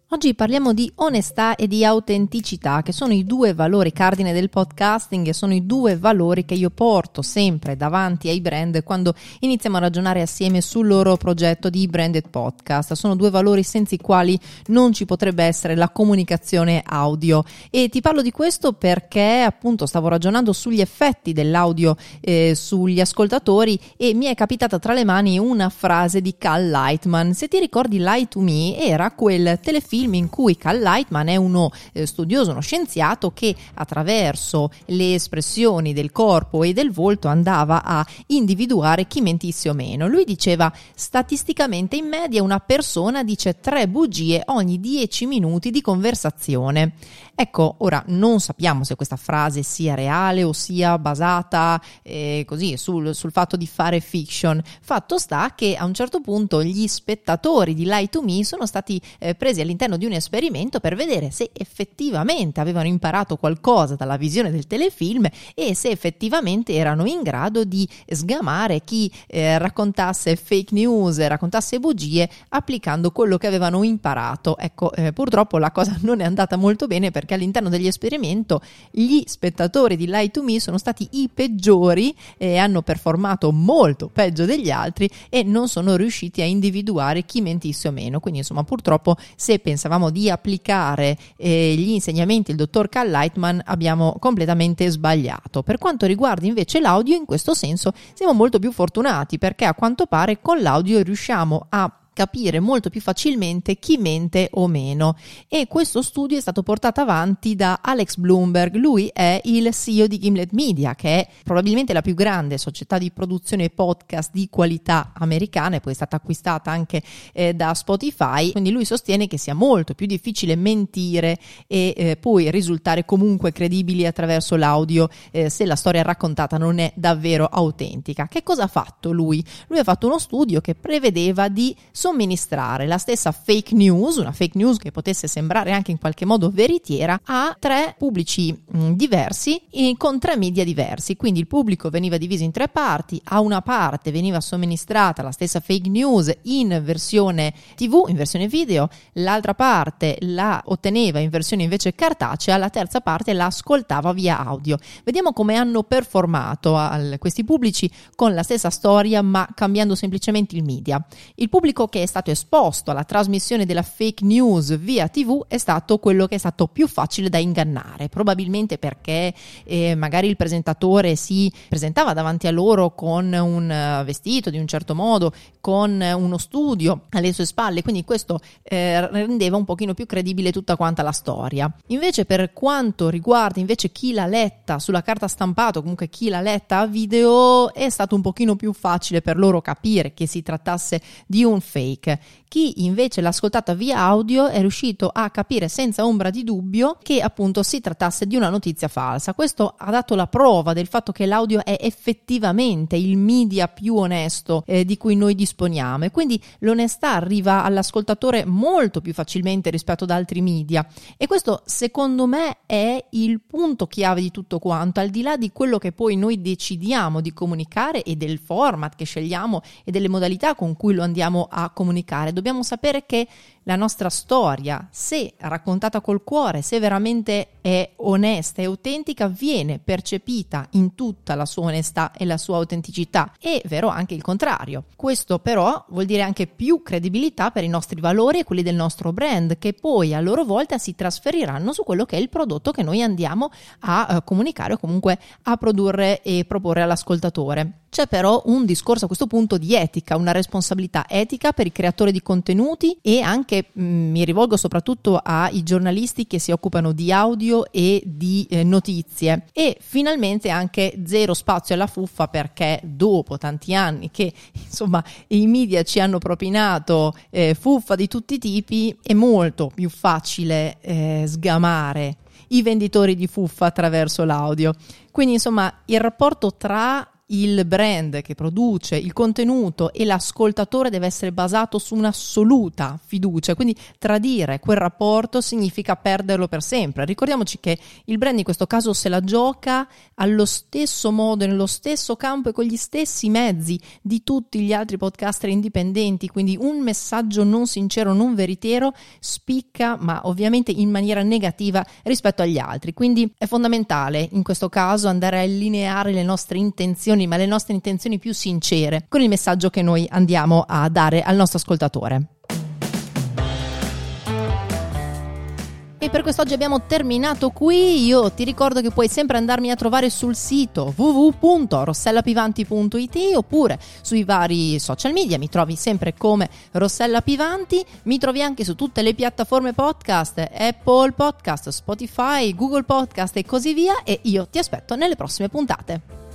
Oggi parliamo di onestà e di autenticità, che sono i due valori cardine del podcasting e sono i due valori che io porto sempre davanti ai brand quando iniziamo a ragionare assieme sul loro progetto di branded podcast. Sono due valori senza i quali non ci potrebbe essere la comunicazione audio, e ti parlo di questo perché appunto stavo ragionando sugli effetti dell'audio sugli ascoltatori e mi è capitata tra le mani una frase di Cal Lightman. Se ti ricordi, Lie to Me era quel telefilm in cui Cal Lightman è uno studioso, uno scienziato che attraverso le espressioni del corpo e del volto andava a individuare chi mentisse o meno. Lui diceva: statisticamente in media una persona dice 3 bugie ogni 10 minuti di conversazione. Ecco, ora non sappiamo se questa frase sia reale o sia basata così sul fatto di fare fiction. Fatto sta che a un certo punto gli spettatori di Lie to Me sono stati presi all'interno di un esperimento per vedere se effettivamente avevano imparato qualcosa dalla visione del telefilm e se effettivamente erano in grado di sgamare chi raccontasse fake news, raccontasse bugie applicando quello che avevano imparato. Ecco, purtroppo la cosa non è andata molto bene, perché all'interno degli esperimenti gli spettatori di Lie to Me sono stati i peggiori e hanno performato molto peggio degli altri e non sono riusciti a individuare chi mentisse o meno. Quindi insomma, purtroppo, se pensavamo di applicare gli insegnamenti del dottor Cal Lightman, abbiamo completamente sbagliato. Per quanto riguarda invece l'audio, in questo senso siamo molto più fortunati, perché a quanto pare con l'audio riusciamo a capire molto più facilmente chi mente o meno, e questo studio è stato portato avanti da Alex Blumberg. Lui è il CEO di Gimlet Media, che è probabilmente la più grande società di produzione podcast di qualità americana, e poi è stata acquistata anche da Spotify. Quindi lui sostiene che sia molto più difficile mentire e poi risultare comunque credibili attraverso l'audio se la storia raccontata non è davvero autentica. Che cosa ha fatto lui? Lui ha fatto uno studio che prevedeva di somministrare la stessa fake news, una fake news che potesse sembrare anche in qualche modo veritiera, a 3 pubblici diversi e con 3 media diversi. Quindi il pubblico veniva diviso in 3 parti: a una parte veniva somministrata la stessa fake news in versione TV, in versione video, l'altra parte la otteneva in versione invece cartacea, la terza parte la ascoltava via audio. Vediamo come hanno performato questi pubblici con la stessa storia ma cambiando semplicemente il media. Il pubblico che è stato esposto alla trasmissione della fake news via TV è stato quello che è stato più facile da ingannare, probabilmente perché magari il presentatore si presentava davanti a loro con un vestito di un certo modo, con uno studio alle sue spalle, quindi questo rendeva un pochino più credibile tutta quanta la storia. Invece, per quanto riguarda invece chi l'ha letta sulla carta stampata, o comunque chi l'ha letta a video, è stato un pochino più facile per loro capire che si trattasse di un fake. Chi invece l'ha ascoltata via audio è riuscito a capire senza ombra di dubbio che appunto si trattasse di una notizia falsa. Questo ha dato la prova del fatto che l'audio è effettivamente il media più onesto di cui noi disponiamo, e quindi l'onestà arriva all'ascoltatore molto più facilmente rispetto ad altri media, e questo secondo me è il punto chiave di tutto quanto, al di là di quello che poi noi decidiamo di comunicare e del format che scegliamo e delle modalità con cui lo andiamo a comunicare. Dobbiamo sapere che la nostra storia, se raccontata col cuore, se veramente è onesta e autentica, viene percepita in tutta la sua onestà e la sua autenticità. È vero anche il contrario. Questo però vuol dire anche più credibilità per i nostri valori e quelli del nostro brand, che poi a loro volta si trasferiranno su quello che è il prodotto che noi andiamo a comunicare o comunque a produrre e proporre all'ascoltatore. C'è però un discorso a questo punto di etica, una responsabilità etica per i creatori di contenuti, e anche mi rivolgo soprattutto ai giornalisti che si occupano di audio e di notizie, e finalmente anche zero spazio alla fuffa, perché dopo tanti anni che insomma i media ci hanno propinato fuffa di tutti i tipi, è molto più facile sgamare i venditori di fuffa attraverso l'audio. Quindi insomma il rapporto tra il brand che produce il contenuto e l'ascoltatore deve essere basato su un'assoluta fiducia, quindi tradire quel rapporto significa perderlo per sempre. Ricordiamoci che il brand in questo caso se la gioca allo stesso modo, nello stesso campo e con gli stessi mezzi di tutti gli altri podcaster indipendenti, quindi un messaggio non sincero, non veritiero spicca, ma ovviamente in maniera negativa rispetto agli altri. Quindi è fondamentale in questo caso andare a allineare le nostre intenzioni, ma le nostre intenzioni più sincere con il messaggio che noi andiamo a dare al nostro ascoltatore. E per quest'oggi abbiamo terminato qui. Io ti ricordo che puoi sempre andarmi a trovare sul sito www.rossellapivanti.it oppure sui vari social media, mi trovi sempre come Rossella Pivanti. Mi trovi anche su tutte le piattaforme podcast, Apple Podcast, Spotify, Google Podcast e così via, e io ti aspetto nelle prossime puntate.